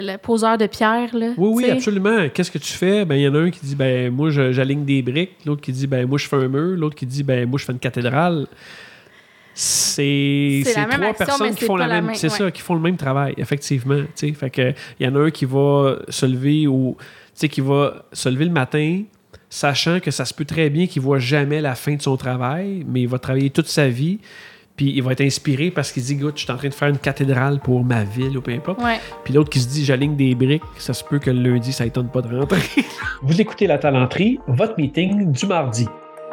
le poseur de pierre, là. Oui, t'sais. absolument. Qu'est-ce que tu fais? Ben, il y en a un qui dit, ben, moi, j'aligne des briques. L'autre qui dit, ben, moi, je fais un mur. L'autre qui dit, ben, moi, je fais une cathédrale. C'est la même trois action, personnes mais qui font c'est pas la même, même, c'est ouais. ça, qui font le même travail, effectivement. T'sais. Fait que il y en a un qui va se lever ou qui va se lever le matin, sachant que ça se peut très bien qu'il voit jamais la fin de son travail, mais il va travailler toute sa vie. Puis il va être inspiré parce qu'il dit, écoute, je suis en train de faire une cathédrale pour ma ville ou peu importe. Ouais. Puis l'autre qui se dit, j'aligne des briques, ça se peut que le lundi, ça ne tente pas de rentrer. Vous écoutez La Talenterie, votre meeting du mardi.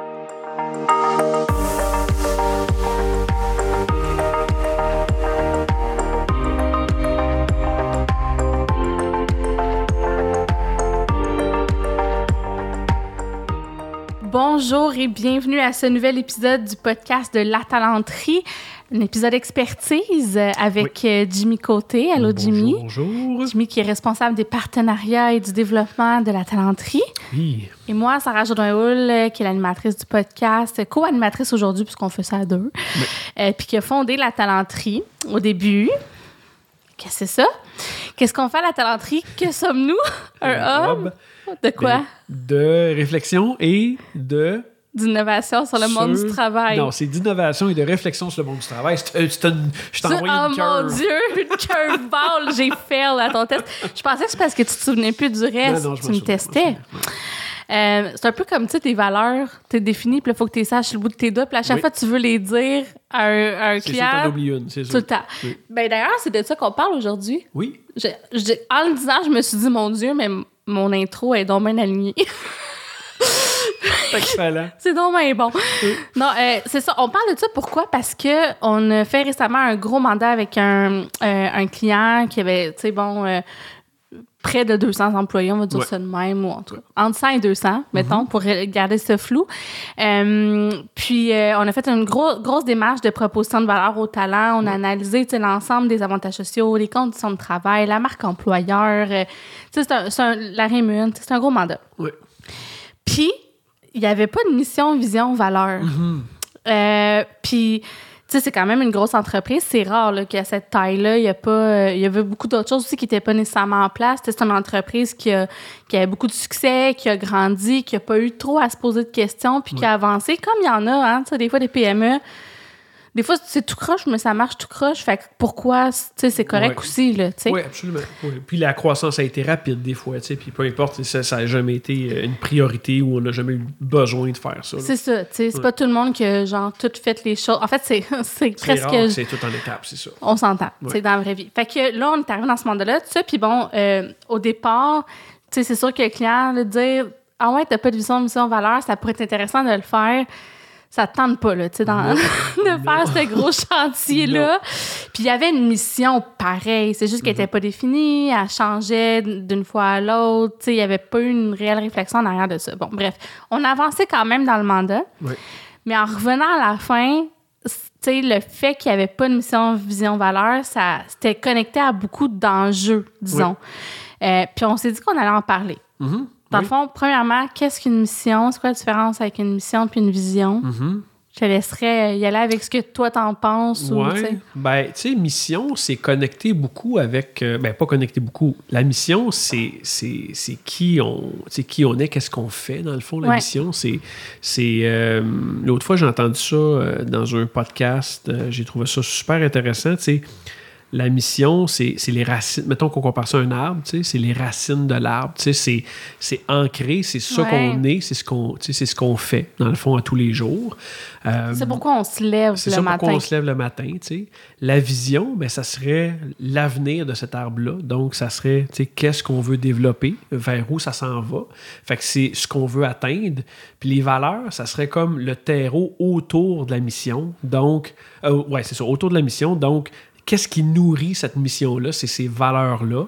Bonjour et bienvenue à ce nouvel épisode du podcast de La Talenterie, un épisode expertise avec Jimmy Côté. Allô, Jimmy. Bonjour. Jimmy qui est responsable des partenariats et du développement de La Talenterie. Oui. Et moi, Sarah Jourdain-Houle, qui est l'animatrice du podcast, co-animatrice aujourd'hui puisqu'on fait ça à deux, puis qui a fondé La Talenterie au début. Qu'est-ce que c'est ça? Qu'est-ce qu'on fait à La Talenterie? Que sommes-nous? Un homme? De quoi? De réflexion et de... D'innovation sur le monde du travail. Non, c'est d'innovation et de réflexion sur le monde du travail. Je t'ai envoyé une curve. Oh mon Dieu, une curveball! J'ai fail à ton test. Je pensais que c'est parce que tu te souvenais plus du reste. Non, tu me testais. C'est un peu comme, tu sais, tes valeurs, t'es définies, puis il faut que tu les saches sur le bout de tes doigts, puis à chaque fois, tu veux les dire à un client. C'est sûr, t'en oublies une, c'est sûr. Tout le temps. Oui. Ben, d'ailleurs, c'est de ça qu'on parle aujourd'hui. Oui. En le disant, je me suis dit, mon Dieu, mais mon intro est donc bien alignée. Excellent. C'est donc bien bon. Oui. Non, c'est ça. On parle de ça pourquoi? Parce qu'on a fait récemment un gros mandat avec un client qui avait, tu sais, près de 200 employés, on va dire ça de même, ou entre 100 et 200, mettons, pour garder ce flou. Puis, on a fait une grosse démarche de proposition de valeur au talent. On a analysé l'ensemble des avantages sociaux, les conditions de travail, la marque employeur, la rémun, c'est un gros mandat. Oui. Puis, il n'y avait pas de mission, vision, valeur. Mm-hmm. Puis, tu sais, c'est quand même une grosse entreprise. C'est rare là, qu'à cette taille-là, il y avait beaucoup d'autres choses aussi qui n'étaient pas nécessairement en place. C'est une entreprise qui avait beaucoup de succès, qui a grandi, qui n'a pas eu trop à se poser de questions, puis qui a avancé. Comme il y en a, hein, tu sais, des fois, des PME, des fois, c'est tout croche, mais ça marche tout croche. Fait que pourquoi, tu sais, c'est correct aussi, là, tu sais. Oui, absolument. Oui. Puis la croissance a été rapide des fois, tu sais. Puis peu importe, ça n'a jamais été une priorité ou on n'a jamais eu besoin de faire ça. Là. C'est ça, tu sais. C'est pas tout le monde qui a, genre, tout fait les choses. En fait, c'est presque... Rare, c'est tout en étapes, c'est ça. On s'entend, tu sais, dans la vraie vie. Fait que là, on est arrivé dans ce mandat-là, tout ça. Puis bon, au départ, tu sais, c'est sûr que le client, là, dire « Ah ouais, t'as pas de vision, mission, valeur, ça pourrait être intéressant de le faire. » Ça te tente pas, là, tu sais, de faire ce gros chantier-là. Puis il y avait une mission pareille. C'est juste qu'elle n'était pas définie, elle changeait d'une fois à l'autre. Tu sais, il n'y avait pas eu une réelle réflexion en arrière de ça. Bon, bref, on avançait quand même dans le mandat. Oui. Mais en revenant à la fin, tu sais, le fait qu'il n'y avait pas de mission, vision, valeur, ça c'était connecté à beaucoup d'enjeux, disons. Oui. Puis on s'est dit qu'on allait en parler. Mm-hmm. Dans le fond, premièrement, qu'est-ce qu'une mission? C'est quoi la différence avec une mission puis une vision? Mm-hmm. Je te laisserais y aller avec ce que toi t'en penses. Oui. Ben, tu sais, mission, c'est connecté beaucoup avec... pas connecté beaucoup. La mission, c'est qui on est, qu'est-ce qu'on fait, dans le fond, la mission. L'autre fois, j'ai entendu ça dans un podcast. J'ai trouvé ça super intéressant, tu sais. La mission, c'est les racines. Mettons qu'on compare ça à un arbre, tu sais, c'est les racines de l'arbre. Tu sais, c'est ancré, c'est ça qu'on est, c'est ce qu'on fait, dans le fond, à tous les jours. C'est pourquoi on se lève le matin. C'est ça pourquoi on se lève le matin, tu sais. La vision, ben, ça serait l'avenir de cet arbre-là. Donc, ça serait, tu sais, qu'est-ce qu'on veut développer, vers où ça s'en va. Fait que c'est ce qu'on veut atteindre. Puis les valeurs, ça serait comme le terreau autour de la mission. Donc, c'est ça, autour de la mission. Donc, qu'est-ce qui nourrit cette mission-là? C'est ces valeurs-là.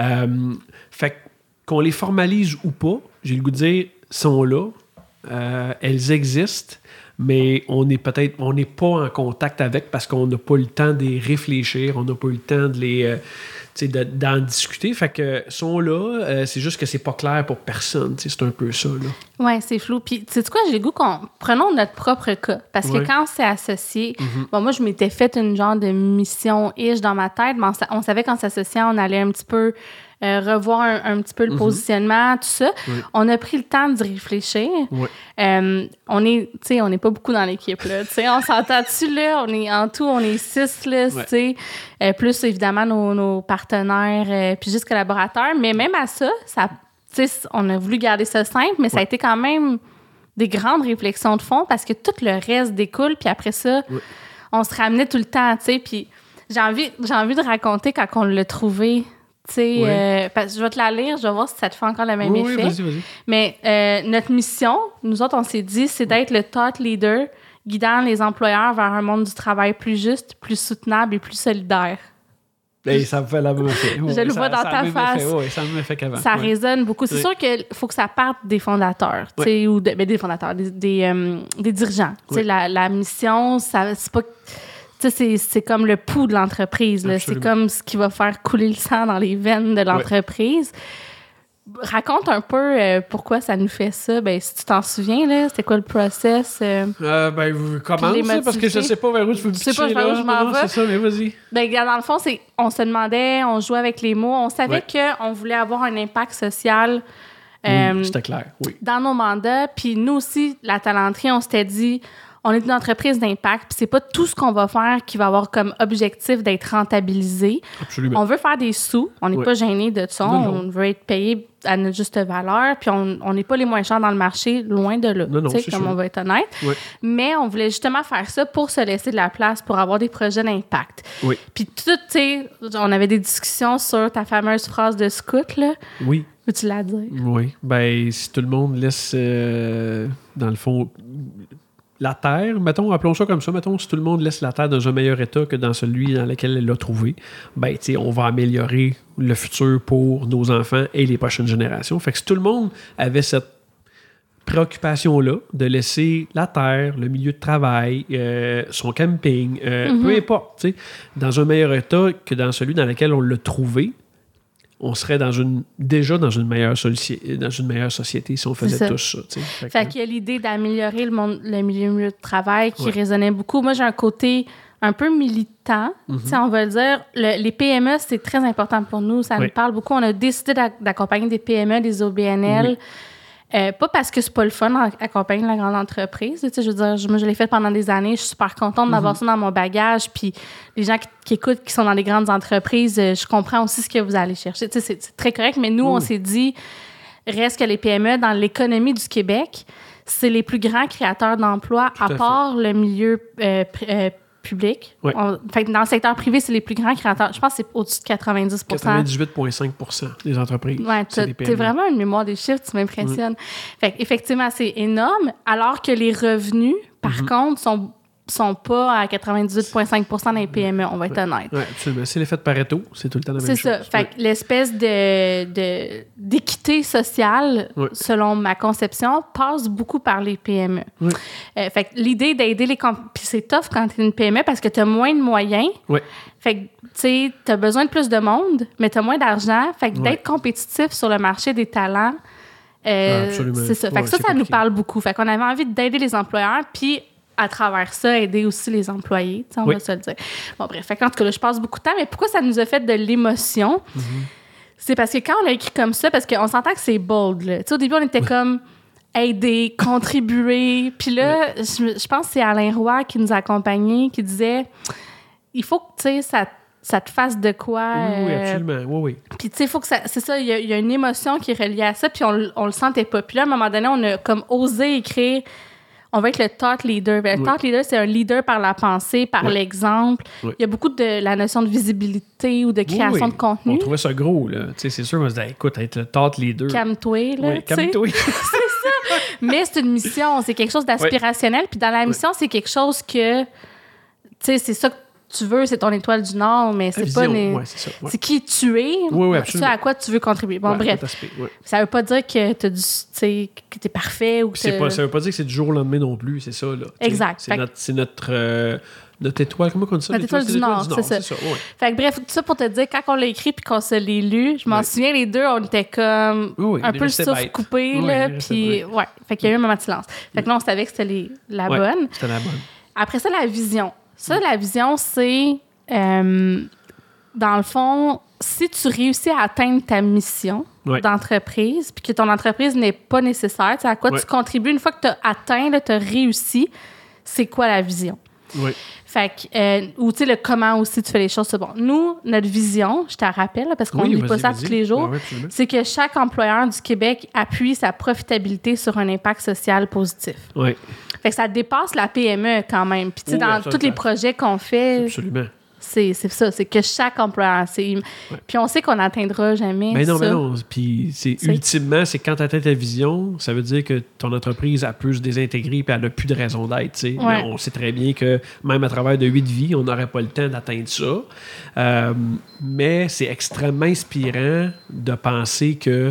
Fait qu'on les formalise ou pas, j'ai le goût de dire, sont là, elles existent, mais on n'est pas en contact avec parce qu'on n'a pas eu le temps de les réfléchir, on n'a pas eu le temps de les... d'en discuter. Fait que sont là, c'est juste que c'est pas clair pour personne. C'est un peu ça, là. Oui, c'est flou. Puis, tu sais quoi, j'ai le goût prenons notre propre cas. Parce que quand c'est associé, moi, je m'étais fait une genre de mission-ish dans ma tête, mais on savait qu'en s'associant, on allait un petit peu revoir un petit peu le positionnement, tout ça. Oui. On a pris le temps d'y réfléchir. Oui. On n'est pas beaucoup dans l'équipe, là. On s'entend dessus, là. En tout, on est 6, là, plus évidemment nos partenaires, puis juste collaborateurs. Mais même à ça, on a voulu garder ça simple, mais ça a été quand même des grandes réflexions de fond parce que tout le reste découle, puis après ça, on se ramenait tout le temps, tu sais, puis j'ai envie de raconter quand on l'a trouvé, tu sais, parce que je vais te la lire, je vais voir si ça te fait encore le même effet. Oui, vas-y. Mais notre mission, nous autres, on s'est dit, c'est d'être le thought leader guidant les employeurs vers un monde du travail plus juste, plus soutenable et plus solidaire. Et ça me fait la même effet. Je le vois dans ta face. Oui, ça me fait qu'avant. Ça résonne beaucoup. C'est sûr qu'il faut que ça parte des fondateurs, ou des fondateurs, des dirigeants. La mission, c'est pas... C'est comme le pouls de l'entreprise. Là. C'est comme ce qui va faire couler le sang dans les veines de l'entreprise. Raconte un peu pourquoi ça nous fait ça. Ben, si tu t'en souviens, là, c'était quoi le process? Commence, parce que je ne sais pas vers où tu veux pitcher. Je sais pas vers où je m'en vais. C'est ça, mais vas-y. Ben, dans le fond, on se demandait, on jouait avec les mots. On savait qu'on voulait avoir un impact social c'était clair, dans nos mandats. Puis nous aussi, la talenterie, on s'était dit... On est une entreprise d'impact, puis c'est pas tout ce qu'on va faire qui va avoir comme objectif d'être rentabilisé. Absolument. On veut faire des sous, on n'est pas gêné de ça, on veut être payé à notre juste valeur, puis on n'est pas les moins chers dans le marché, loin de là, on va être honnête. Mais on voulait justement faire ça pour se laisser de la place, pour avoir des projets d'impact. Puis tout, tu sais, on avait des discussions sur ta fameuse phrase de scout, là. Oui. Peux-tu la dire? Oui. Ben, si tout le monde laisse, dans le fond... La Terre, mettons, appelons ça comme ça, mettons, si tout le monde laisse la Terre dans un meilleur état que dans celui dans lequel elle l'a trouvé, ben, tu sais, on va améliorer le futur pour nos enfants et les prochaines générations. Fait que si tout le monde avait cette préoccupation-là de laisser la terre, le milieu de travail, son camping, peu importe, tu sais, dans un meilleur état que dans celui dans lequel on l'a trouvé, on serait déjà dans une meilleure société si on faisait tout ça. Fait qu'il y a l'idée d'améliorer le milieu de travail qui résonnait beaucoup. Moi, j'ai un côté un peu militant, on va le dire. Les PME, c'est très important pour nous. Ça nous parle beaucoup. On a décidé d'accompagner des PME, des OBNL. Pas parce que c'est pas le fun d'accompagner la grande entreprise. Je veux dire, moi, je l'ai fait pendant des années. Je suis super contente d'avoir ça dans mon bagage. Puis les gens qui écoutent, qui sont dans les grandes entreprises, je comprends aussi ce que vous allez chercher. C'est très correct, mais nous, on s'est dit, reste que les PME, dans l'économie du Québec, c'est les plus grands créateurs d'emplois, à part le milieu public. Fait que dans le secteur privé, c'est les plus grands créateurs. Je pense que c'est au-dessus de 90 98,5% des entreprises. T'es vraiment une mémoire des chiffres, tu m'impressionnes. Fait qu'effectivement, c'est énorme, alors que les revenus, par contre, sont pas à 98,5% dans les PME, on va être honnête. Oui, absolument. C'est l'effet de Pareto, c'est tout le temps la même chose. C'est ça. Fait que l'espèce d'équité sociale, selon ma conception, passe beaucoup par les PME. Fait que l'idée d'aider puis c'est tough quand t'es une PME parce que t'as moins de moyens. Fait que, tu sais, t'as besoin de plus de monde, mais t'as moins d'argent. Fait que d'être compétitif sur le marché des talents, c'est ça. Fait que ça nous parle beaucoup. Fait qu'on avait envie d'aider les employeurs, puis à travers ça, aider aussi les employés, on va se le dire. Bon, bref, fait en tout cas, là, je passe beaucoup de temps, mais pourquoi ça nous a fait de l'émotion? C'est parce que quand on l'a écrit comme ça, parce qu'on s'entend que c'est bold, là. Tu sais, au début, on était comme aider, contribuer, puis là, je pense que c'est Alain Roy qui nous a accompagnés, qui disait, il faut que, tu sais, ça te fasse de quoi. Oui, absolument. Oui. Puis, tu sais, il faut que ça. C'est ça, il y a une émotion qui est reliée à ça, puis on le sentait pas. Puis là, à un moment donné, on a comme osé écrire. On va être le thought leader. Le thought leader, c'est un leader par la pensée, par l'exemple. Il y a beaucoup de la notion de visibilité ou de création de contenu. On trouvait ça gros, là. Tu sais, c'est sûr, on se dit, écoute, être le thought leader. Calme-toi, là. Calme-toi. C'est ça. Mais c'est une mission, c'est quelque chose d'aspirationnel. Puis dans la mission, c'est quelque chose que, tu sais, c'est ça que tu veux, c'est ton étoile du Nord, mais c'est pas... C'est qui tu es, c'est à quoi tu veux contribuer. Bon, bref, ça veut pas dire que tu sais, que t'es parfait ou que ça veut pas dire que c'est du jour au lendemain non plus, c'est ça, là. Exact. C'est notre étoile, comment on dit ça? Notre étoile du Nord, c'est ça. Fait que bref, tout ça pour te dire, quand on l'a écrit puis qu'on se l'est lu, je m'en souviens, les deux, on était comme un peu le souffle coupé, là, puis fait qu'il y a eu un moment de silence. Fait que là, on savait que c'était la bonne. C'était la bonne. Après ça, la vision. Ça, la vision, c'est... dans le fond, si tu réussis à atteindre ta mission d'entreprise, puis que ton entreprise n'est pas nécessaire, à quoi tu contribues une fois que tu as atteint, tu as réussi, c'est quoi la vision? Oui. Fait que, ou tu sais, le comment aussi tu fais les choses, c'est bon. Nous, notre vision, je te rappelle, parce qu'on ne lit pas ça tous les jours, c'est que chaque employeur du Québec appuie sa profitabilité sur un impact social positif. Oui. Fait que ça dépasse la PME quand même. Puis tu sais, dans tous les projets qu'on fait... Absolument. C'est ça, c'est que chaque employeur... Puis on sait qu'on n'atteindra jamais mais ça. non. Puis ultimement, c'est quand tu atteins ta vision, ça veut dire que ton entreprise a pu se désintégrer et elle n'a plus de raison d'être. Ouais. Mais on sait très bien que même à travers de 8 vies, on n'aurait pas le temps d'atteindre ça. Mais c'est extrêmement inspirant de penser que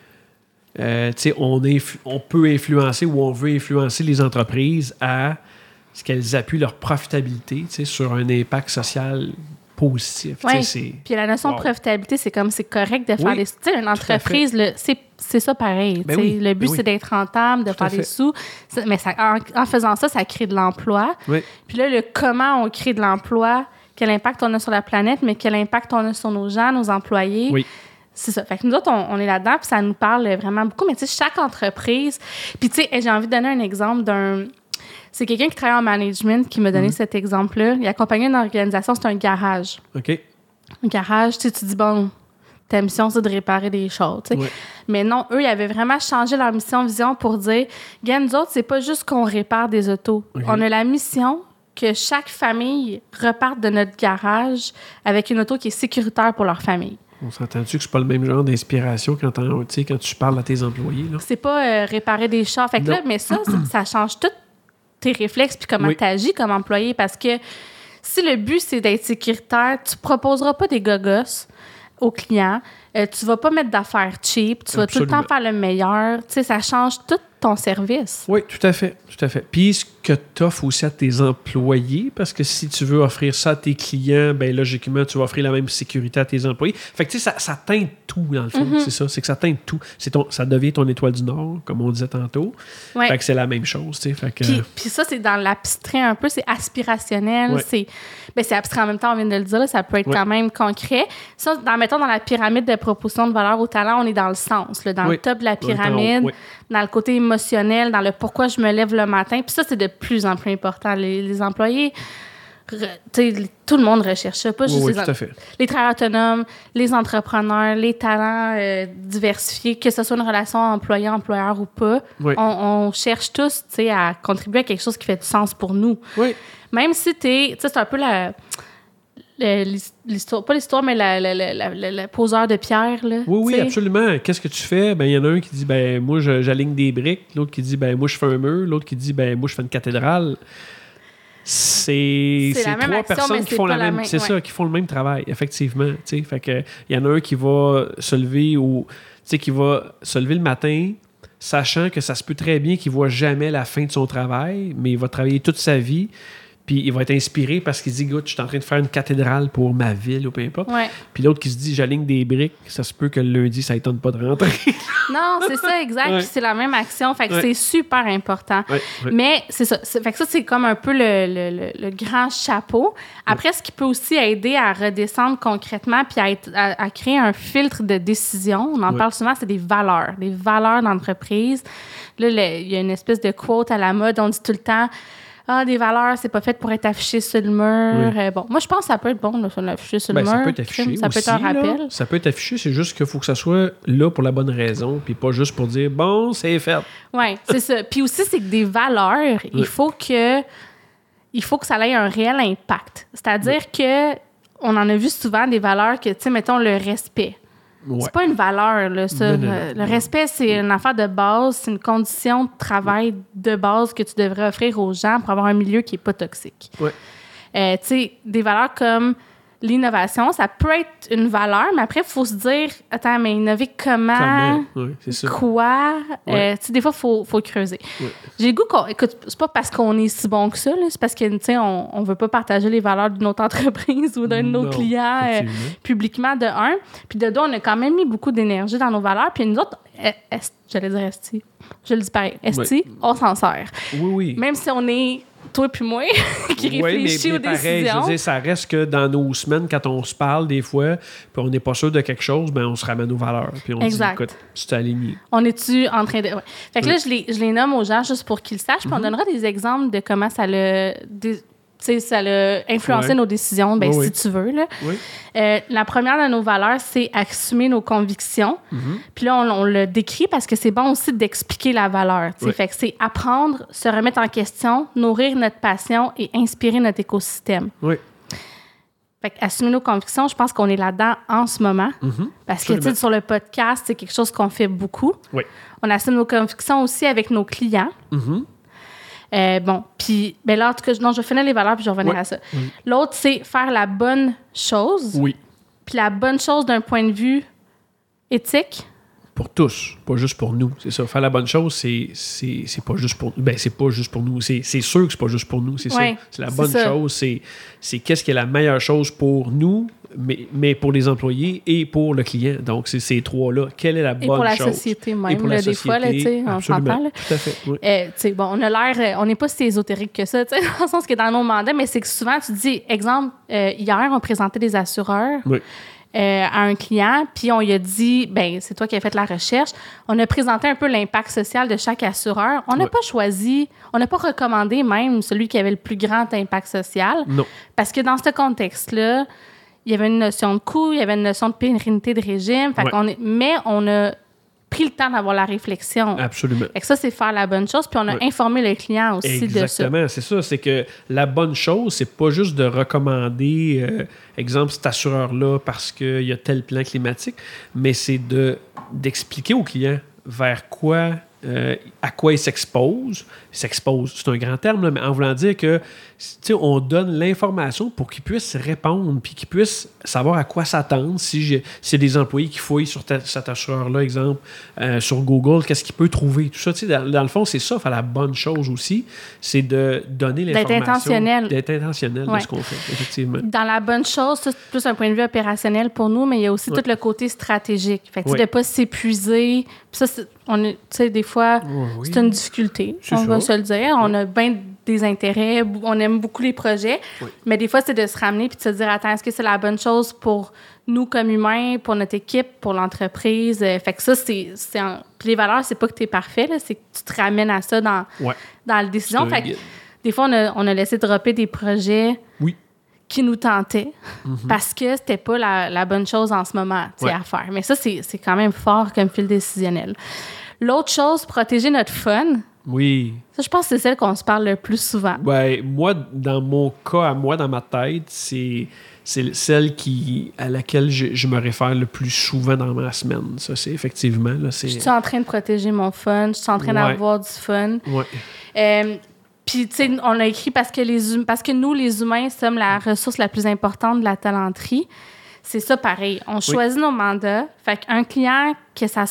on peut influencer ou on veut influencer les entreprises à ce qu'elles appuient leur profitabilité sur un impact social positif. Oui, puis la notion de profitabilité, c'est comme c'est correct de faire des... Tu sais, une entreprise, c'est ça pareil. Le but, c'est d'être rentable, de faire des sous. Mais en faisant ça, ça crée de l'emploi. Oui. Puis là, le comment on crée de l'emploi, quel impact on a sur la planète, mais quel impact on a sur nos gens, nos employés. Oui. C'est ça. Fait que nous autres, on est là-dedans, puis ça nous parle vraiment beaucoup. Mais tu sais, chaque entreprise... Puis tu sais, j'ai envie de donner un exemple d'un... C'est quelqu'un qui travaille en management qui m'a donné cet exemple-là. Il accompagnait une organisation, c'est un garage. OK. Un garage, tu te dis, bon, ta mission, c'est de réparer des choses. Ouais. Mais non, eux, ils avaient vraiment changé leur mission, vision pour dire, gars, nous autres, c'est pas juste qu'on répare des autos. Okay. On a la mission que chaque famille reparte de notre garage avec une auto qui est sécuritaire pour leur famille. On s'entend-tu que c'est pas le même genre d'inspiration quand tu parles à tes employés? Là? C'est pas réparer des chars. Fait que là, mais ça change tout tes réflexes puis comment tu agis comme employé, parce que si le but, c'est d'être sécuritaire, tu proposeras pas des gogos aux clients, tu vas pas mettre d'affaires cheap, tu vas tout le temps faire le meilleur. Tu sais, ça change tout ton service. Oui, tout à fait. Puis ce que tu offres aussi à tes employés, parce que si tu veux offrir ça à tes clients, bien logiquement, tu vas offrir la même sécurité à tes employés. Fait que tu sais, ça teinte tout, dans le fond. C'est ça, c'est que ça teinte tout. Ça devient ton étoile du Nord, comme on disait tantôt. Ouais. Fait que c'est la même chose, tu sais. Fait que... Puis ça, c'est dans l'abstrait un peu, c'est aspirationnel, c'est abstrait en même temps, on vient de le dire, là, ça peut être quand même concret. Ça, mettons, dans la pyramide de proposition de valeur au talent, on est dans le sens, là, dans le top de la pyramide, dans le côté émotionnel, dans le pourquoi je me lève le matin. Puis ça, c'est de plus en plus important. Les employés, tout le monde recherche ça, pas juste les travailleurs autonomes, les entrepreneurs, les talents diversifiés, que ce soit une relation employé-employeur ou pas. Oui. On cherche tous à contribuer à quelque chose qui fait du sens pour nous. Oui. Même si c'est un peu l'histoire, pas l'histoire, mais le poseur de pierre. Là, oui, absolument. Qu'est-ce que tu fais? Ben, il y en a un qui dit, ben, moi, j'aligne des briques. L'autre qui dit, ben, moi, je fais un mur. L'autre qui dit, ben, moi, je fais une cathédrale. C'est trois personnes qui font qui font le même travail, effectivement. T'sais. Fait que il y en a un qui va se lever le matin, sachant que ça se peut très bien qu'il ne voit jamais la fin de son travail, mais il va travailler toute sa vie. Puis il va être inspiré parce qu'il dit, écoute, je suis en train de faire une cathédrale pour ma ville ou peu importe. Ouais. Puis l'autre qui se dit, j'aligne des briques, ça se peut que le lundi, ça ne tente pas de rentrer. Non, c'est ça, exact. Puis c'est la même action. Fait que c'est super important. Ouais. Mais c'est ça. Fait que ça, c'est comme un peu le grand chapeau. Après, ce qui peut aussi aider à redescendre concrètement puis à créer un filtre de décision, on en parle souvent, c'est des valeurs d'entreprise. Là, il y a une espèce de quote à la mode, on dit tout le temps, des valeurs, c'est pas fait pour être affiché sur le mur. Oui. Bon, moi, je pense que ça peut être bon, là, affiché sur le mur. Ça peut être affiché ça peut être un rappel. Là, ça peut être affiché, c'est juste qu'il faut que ça soit là pour la bonne raison, puis pas juste pour dire, bon, c'est fait. Oui, c'est ça. Puis aussi, c'est que des valeurs, il faut que ça ait un réel impact. C'est-à-dire que on en a vu souvent des valeurs que, tu sais, mettons, le respect. Ouais. C'est pas une valeur, là, ça. Non. Le respect, c'est une affaire de base, c'est une condition de travail de base que tu devrais offrir aux gens pour avoir un milieu qui est pas toxique. Ouais. Tu sais, des valeurs comme l'innovation, ça peut être une valeur, mais après, il faut se dire, attends, mais innover comment? Oui, c'est ça. Quoi? Tu sais, des fois, il faut creuser. Ouais. J'ai le goût écoute, c'est pas parce qu'on est si bon que ça, là, c'est parce que, tu sais, on veut pas partager les valeurs d'une autre entreprise ou d'un de nos clients publiquement, de un. Puis de deux, on a quand même mis beaucoup d'énergie dans nos valeurs. Puis nous autres, j'allais dire esti, je le dis pareil, esti, on s'en sert. Oui. Même si on est toi puis moi, qui réfléchit aux pareil, décisions. je veux dire, ça reste que dans nos semaines, quand on se parle des fois, puis on n'est pas sûr de quelque chose, ben on se ramène aux valeurs. Puis on dit, écoute, tu t'es aligné. On est-tu en train de... Ouais. Fait que là, je les nomme aux gens juste pour qu'ils le sachent, puis on donnera des exemples de comment ça l'a... ça l'a influencé nos décisions, si tu veux. Là. Oui. La première de nos valeurs, c'est assumer nos convictions. Puis là, on le décrit parce que c'est bon aussi d'expliquer la valeur. Fait que c'est apprendre, se remettre en question, nourrir notre passion et inspirer notre écosystème. Oui. Fait assumer nos convictions, je pense qu'on est là-dedans en ce moment. Parce que sur le podcast, c'est quelque chose qu'on fait beaucoup. Oui. On assume nos convictions aussi avec nos clients. Puis là, en tout cas, non, je vais finir les valeurs puis je vais revenir à ça. L'autre, c'est faire la bonne chose. Oui. Puis la bonne chose d'un point de vue éthique. Pour tous, pas juste pour nous. C'est ça. Faire la bonne chose, c'est pas juste pour nous. Ben, c'est pas juste pour nous. C'est sûr que c'est pas juste pour nous. C'est ça. C'est la bonne chose. C'est qu'est-ce qui est la meilleure chose pour nous, mais pour les employés et pour le client. Donc, c'est ces trois-là. Quelle est la bonne chose? Et pour la société même. Et pour la société, des fois, on s'entend. Tout à fait. Oui. On a l'air... on n'est pas si ésotérique que ça, dans le sens que dans nos mandats, mais c'est que souvent, tu dis, exemple, hier, on présentait des assureurs. Oui. À un client, puis on lui a dit, c'est toi qui as fait la recherche. On a présenté un peu l'impact social de chaque assureur. On n'a pas choisi, on n'a pas recommandé même celui qui avait le plus grand impact social. Non. Parce que dans ce contexte-là, il y avait une notion de coût, il y avait une notion de pérennité de régime. Mais on a pris le temps d'avoir la réflexion. Absolument. Fait que ça, c'est faire la bonne chose. Puis on a informé le client aussi de ça. Exactement, c'est ça. C'est que la bonne chose, c'est pas juste de recommander, exemple, cet assureur-là parce qu'il y a tel plan climatique, mais c'est d'expliquer au client vers quoi, à quoi il s'expose. S'expose, c'est un grand terme, là, mais en voulant dire que on donne l'information pour qu'il puisse répondre puis qu'il puisse savoir à quoi s'attendre si c'est des employés qui fouillent sur cet assureur-là, exemple, sur Google, qu'est-ce qu'il peut trouver. Tout ça, dans le fond, c'est ça, faire la bonne chose aussi, c'est de donner l'information. D'être intentionnel de ce qu'on fait, effectivement. Dans la bonne chose, ça, c'est plus un point de vue opérationnel pour nous, mais il y a aussi tout le côté stratégique. Fait que de ne pas s'épuiser. Puis ça, des fois, c'est une difficulté, on va se le dire. On a bien des intérêts, on aime beaucoup les projets, mais des fois, c'est de se ramener et de se dire, attends, est-ce que c'est la bonne chose pour nous comme humains, pour notre équipe, pour l'entreprise? Fait que ça, Puis les valeurs, c'est pas que tu es parfait, là, c'est que tu te ramènes à ça dans la décision. Fait que, des fois, on a laissé dropper des projets qui nous tentaient parce que c'était pas la bonne chose en ce moment à faire. Mais ça, c'est quand même fort comme fil décisionnel. L'autre chose, protéger notre fun. Oui. Ça, je pense que c'est celle qu'on se parle le plus souvent. Ouais, moi, dans mon cas, dans ma tête, c'est celle à laquelle je me réfère le plus souvent dans ma semaine. Ça, c'est effectivement... Là, je suis en train de protéger mon fun. Je suis en train d'avoir du fun. Puis, tu sais, on a écrit parce que nous, les humains, sommes la ressource la plus importante de la talenterie. C'est ça, pareil. On choisit nos mandats. Fait qu'un client que ça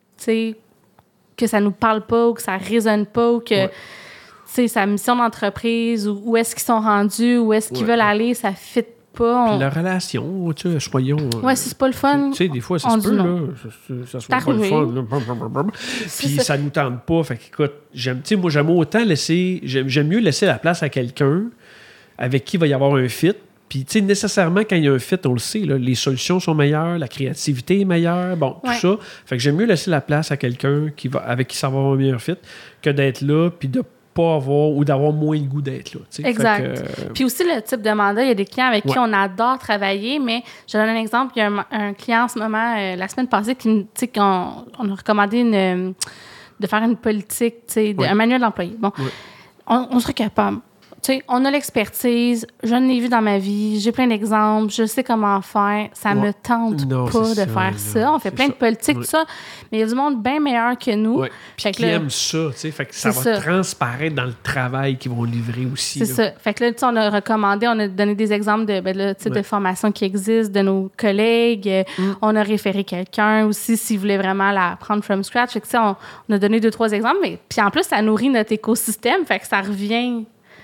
nous parle pas ou que ça résonne pas ou que sa mission d'entreprise ou où est-ce qu'ils sont rendus, où est-ce qu'ils veulent aller, ça fit pas. Puis la relation, tu sais, soyons... si c'est pas le fun, tu sais, des fois, ça se peut, là, ça soit pas le fun. Puis ça nous tente pas. Fait qu'écoute, j'aime autant j'aime mieux laisser la place à quelqu'un avec qui il va y avoir un fit. Puis, tu sais, nécessairement, quand il y a un fit, on le sait, là, les solutions sont meilleures, la créativité est meilleure, tout ça. Fait que j'aime mieux laisser la place à quelqu'un avec qui ça va avoir un meilleur fit que d'être là puis de pas avoir ou d'avoir moins le goût d'être là. T'sais. Exact. Puis aussi, le type de mandat, il y a des clients avec qui on adore travailler, mais je donne un exemple. Il y a un client en ce moment, la semaine passée, qu'on a recommandé de faire une politique, un manuel d'employé. Bon, on serait capable. sais, on a l'expertise, je l'ai vu dans ma vie, j'ai plein d'exemples, je sais comment faire. Ça me tente pas de faire ça. On fait plein de politiques, tout ça, mais il y a du monde bien meilleur que nous. Puis qui aime ça, tu sais, fait que ça va transparaître dans le travail qu'ils vont livrer aussi. C'est ça. Fait que là, on a recommandé, on a donné des exemples de formations qui existent de nos collègues. On a référé quelqu'un aussi s'ils voulaient vraiment la apprendre from scratch. Fait que, on a donné 2-3 exemples, mais puis en plus, ça nourrit notre écosystème, fait que ça revient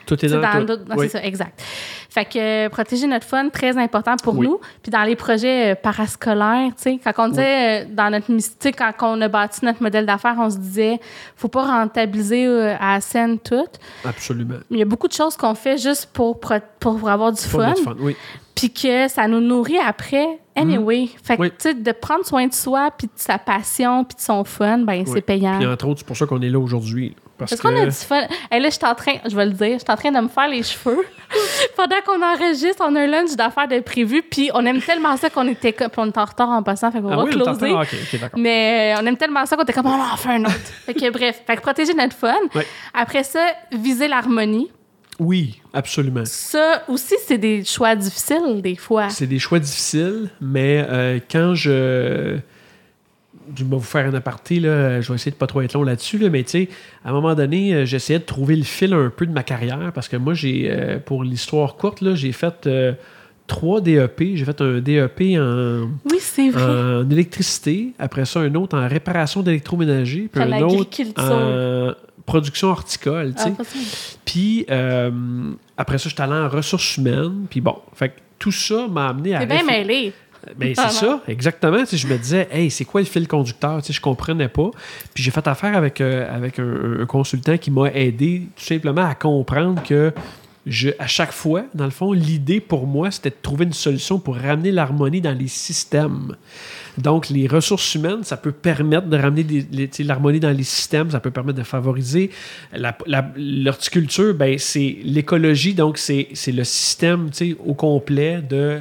Tout est dans tout. C'est ça, exact. Fait que protéger notre fun, très important pour nous. Puis dans les projets parascolaires, tu sais, quand on disait dans notre quand on a bâti notre modèle d'affaires, on se disait, faut pas rentabiliser à la scène tout. Absolument. Il y a beaucoup de choses qu'on fait juste pour avoir du fun. Oui. Puis que ça nous nourrit après. Anyway. Fait que, tu sais, de prendre soin de soi, puis de sa passion, puis de son fun, ben c'est payant. Puis entre autres, c'est pour ça qu'on est là aujourd'hui. Parce qu'on a du fun. Et là, je vais le dire, je suis en train de me faire les cheveux. Pendant qu'on enregistre, on a un lunch d'affaires de prévu, puis on aime tellement ça qu'on était on est en retard en passant, fait qu'on va closer. Okay, d'accord. Mais on aime tellement ça qu'on était comme, on va en faire un autre. Fait que bref, protéger notre fun. Après ça, viser l'harmonie. Oui, absolument. Ça aussi, c'est des choix difficiles, des fois. C'est des choix difficiles, mais quand je vais vous faire un aparté, là, je vais essayer de pas trop être long là-dessus, là, mais tu sais, à un moment donné, j'essayais de trouver le fil un peu de ma carrière, parce que moi, pour l'histoire courte, là, j'ai fait 3 DEP. J'ai fait un DEP en électricité, après ça, un autre en réparation d'électroménager, puis un autre en production horticole, tu sais. Puis après ça, j'étais allé en ressources humaines, puis bon, fait que tout ça m'a amené à... T'es bien mêlé. Ben, c'est ça, exactement. Je me disais, hey, c'est quoi le fil conducteur? Je comprenais pas. Puis j'ai fait affaire avec un consultant qui m'a aidé tout simplement à comprendre que à chaque fois, dans le fond, l'idée pour moi, c'était de trouver une solution pour ramener l'harmonie dans les systèmes. Donc, les ressources humaines, ça peut permettre de ramener l'harmonie dans les systèmes, ça peut permettre de favoriser. L'horticulture, ben, c'est l'écologie, donc c'est le système au complet de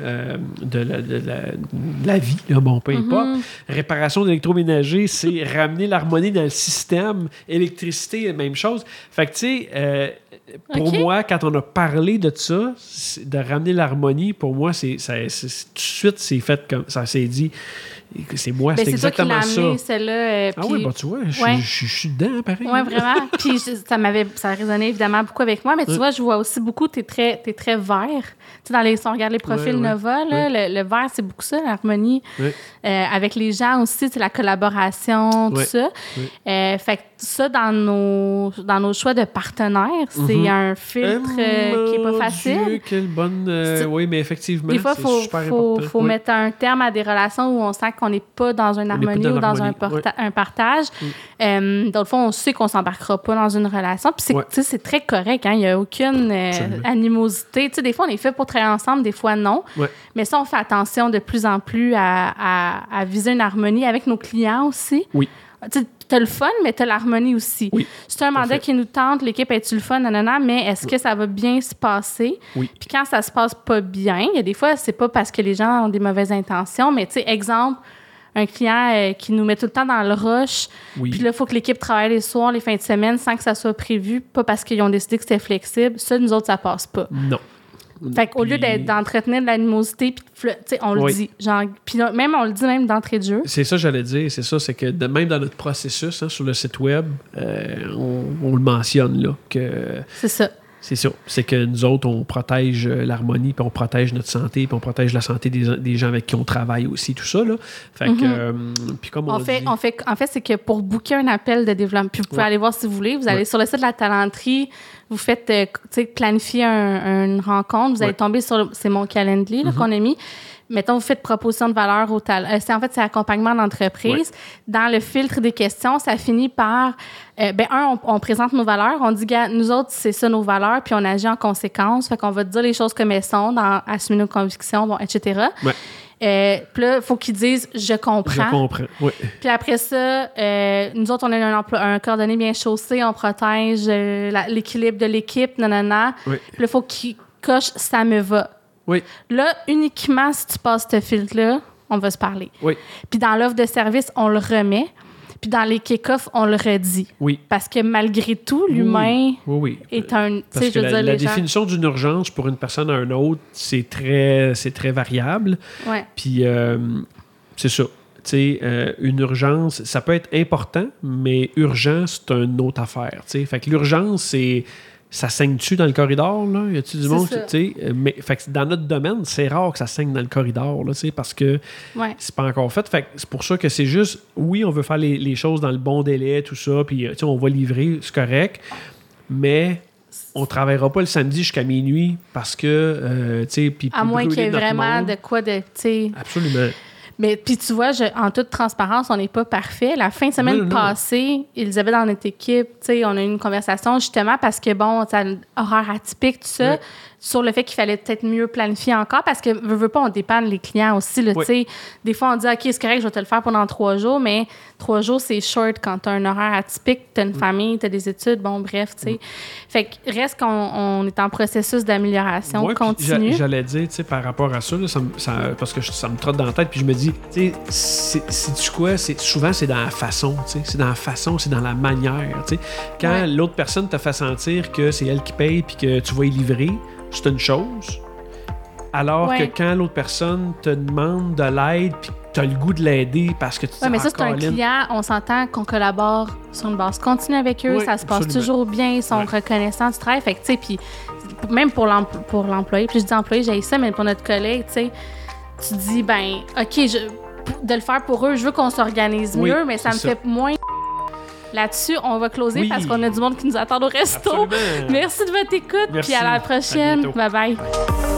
la vie, là, bon, peu importe. Réparation d'électroménager, c'est ramener l'harmonie dans le système. Électricité, même chose. Fait que, tu sais... pour moi, quand on a parlé de ça, de ramener l'harmonie, pour moi, tout de suite, c'est fait comme ça. C'est dit, c'est moi, c'est exactement ça. C'est toi qui l'as amené, celle-là. Oui, tu vois, je suis dedans, pareil. Oui, vraiment. Puis ça a résonné évidemment beaucoup avec moi, mais tu vois, je vois aussi beaucoup, t'es très vert. Tu sais, si on regarde les profils Nova, là, le vert, c'est beaucoup ça, l'harmonie. Avec les gens aussi, la collaboration, tout ça. Fait que ça, dans nos choix de partenaires, c'est un filtre qui n'est pas facile. Dieu, quelle bonne... oui, mais effectivement, des fois, il faut mettre un terme à des relations où on sent qu'on n'est pas dans une harmonie ou dans un partage. Dans le fond, on sait qu'on ne s'embarquera pas dans une relation. Puis c'est très correct. Il n'y a aucune animosité. T'sais, des fois, on est fait pour travailler ensemble, des fois, non. Mais ça, on fait attention de plus en plus à viser une harmonie avec nos clients aussi. Oui. T'as le fun, mais t'as l'harmonie aussi. Oui, c'est un mandat qui nous tente, l'équipe est-tu le fun, nanana, mais est-ce que ça va bien se passer? Oui. Puis quand ça se passe pas bien, il y a des fois, c'est pas parce que les gens ont des mauvaises intentions, mais tu sais, exemple, un client qui nous met tout le temps dans le rush, puis là, il faut que l'équipe travaille les soirs, les fins de semaine, sans que ça soit prévu, pas parce qu'ils ont décidé que c'était flexible. Ça, nous autres, ça passe pas. Non. Fait qu'au lieu d'entretenir de l'animosité, puis on le dit. Puis même, on le dit même d'entrée de jeu. C'est ça, j'allais dire. C'est ça, c'est que même dans notre processus, sur le site web, on le mentionne, là, que... C'est ça. C'est ça. C'est que nous autres, on protège l'harmonie, puis on protège notre santé, puis on protège la santé des gens avec qui on travaille aussi, tout ça, là. Fait que... puis comme en fait, c'est que pour booker un appel de développement, puis vous pouvez aller voir si vous voulez, vous allez sur le site de la talenterie, vous faites, planifier une rencontre, vous allez tomber sur... C'est mon calendrier qu'on a mis. Mettons, vous faites proposition de valeur au talent. C'est accompagnement d'entreprise. Dans le filtre des questions, ça finit par... on présente nos valeurs. On dit, nous autres, c'est ça nos valeurs, puis on agit en conséquence. Fait qu'on va te dire les choses comme elles sont, assumer nos convictions, etc. Puis là, il faut qu'ils disent « je comprends ». Je comprends, oui. Puis après ça, nous autres, on a un coordonné bien chaussé, on protège l'équilibre de l'équipe, nanana. Oui. Puis là, il faut qu'ils cochent « ça me va ». Oui. Là, uniquement si tu passes ce filtre-là, on va se parler. Oui. Puis dans l'offre de service, on le remet. Puis dans les kick-offs, on le redit. Oui. Parce que malgré tout, l'humain est un... Parce que la définition d'une urgence pour une personne à une autre, c'est très variable. Ouais. Puis c'est ça. Tu sais, une urgence, ça peut être important, mais urgent, c'est une autre affaire. T'sais. Fait que l'urgence, c'est... Ça saigne-tu dans le corridor, là? Y a-tu du monde? Mais fait que dans notre domaine, c'est rare que ça saigne dans le corridor, là, parce que c'est pas encore fait. Fait que c'est pour ça que c'est juste, oui, on veut faire les choses dans le bon délai, tout ça, puis on va livrer, c'est correct, mais on travaillera pas le samedi jusqu'à minuit parce que, tu sais, puis à moins qu'il y ait notre vraiment monde. de quoi de, tu sais... Absolument. Mais puis tu vois, en toute transparence, on n'est pas parfait. La fin de semaine Non. passée, Elisabeth dans notre équipe, tu sais, on a eu une conversation justement parce que, bon, ça a un horaire atypique, tout ça, sur le fait qu'il fallait peut-être mieux planifier encore parce que, veux pas, on dépanne les clients aussi, là, tu sais. Des fois, on dit, OK, c'est correct, je vais te le faire pendant 3 jours, mais 3 jours, c'est short quand tu as un horaire atypique, tu as une famille, tu as des études, bon, bref, tu sais. Fait que reste qu'on est en processus d'amélioration continue. J'allais dire, tu sais, par rapport à ça, là, parce que ça me trotte dans la tête, puis je me dis, tu sais, c'est quoi? Souvent, c'est dans la façon, tu sais. C'est dans la façon, c'est dans la manière, tu sais. Quand l'autre personne te fait sentir que c'est elle qui paye puis que tu vas y livrer, c'est une chose. Alors que quand l'autre personne te demande de l'aide puis tu as le goût de l'aider parce que tu mais ça, c'est un client, on s'entend qu'on collabore sur une base continue avec eux, ça se passe toujours bien, ils sont reconnaissants du travail. Fait que, tu sais, puis même pour l'employé, puis je dis employé, j'ai ça, mais pour notre collègue, tu sais, tu dis, ben, OK, de le faire pour eux, je veux qu'on s'organise mieux, mais ça me fait moins. Là-dessus, on va closer parce qu'on a du monde qui nous attend au resto. Absolument. Merci de votre écoute, puis à la prochaine. Bye bye.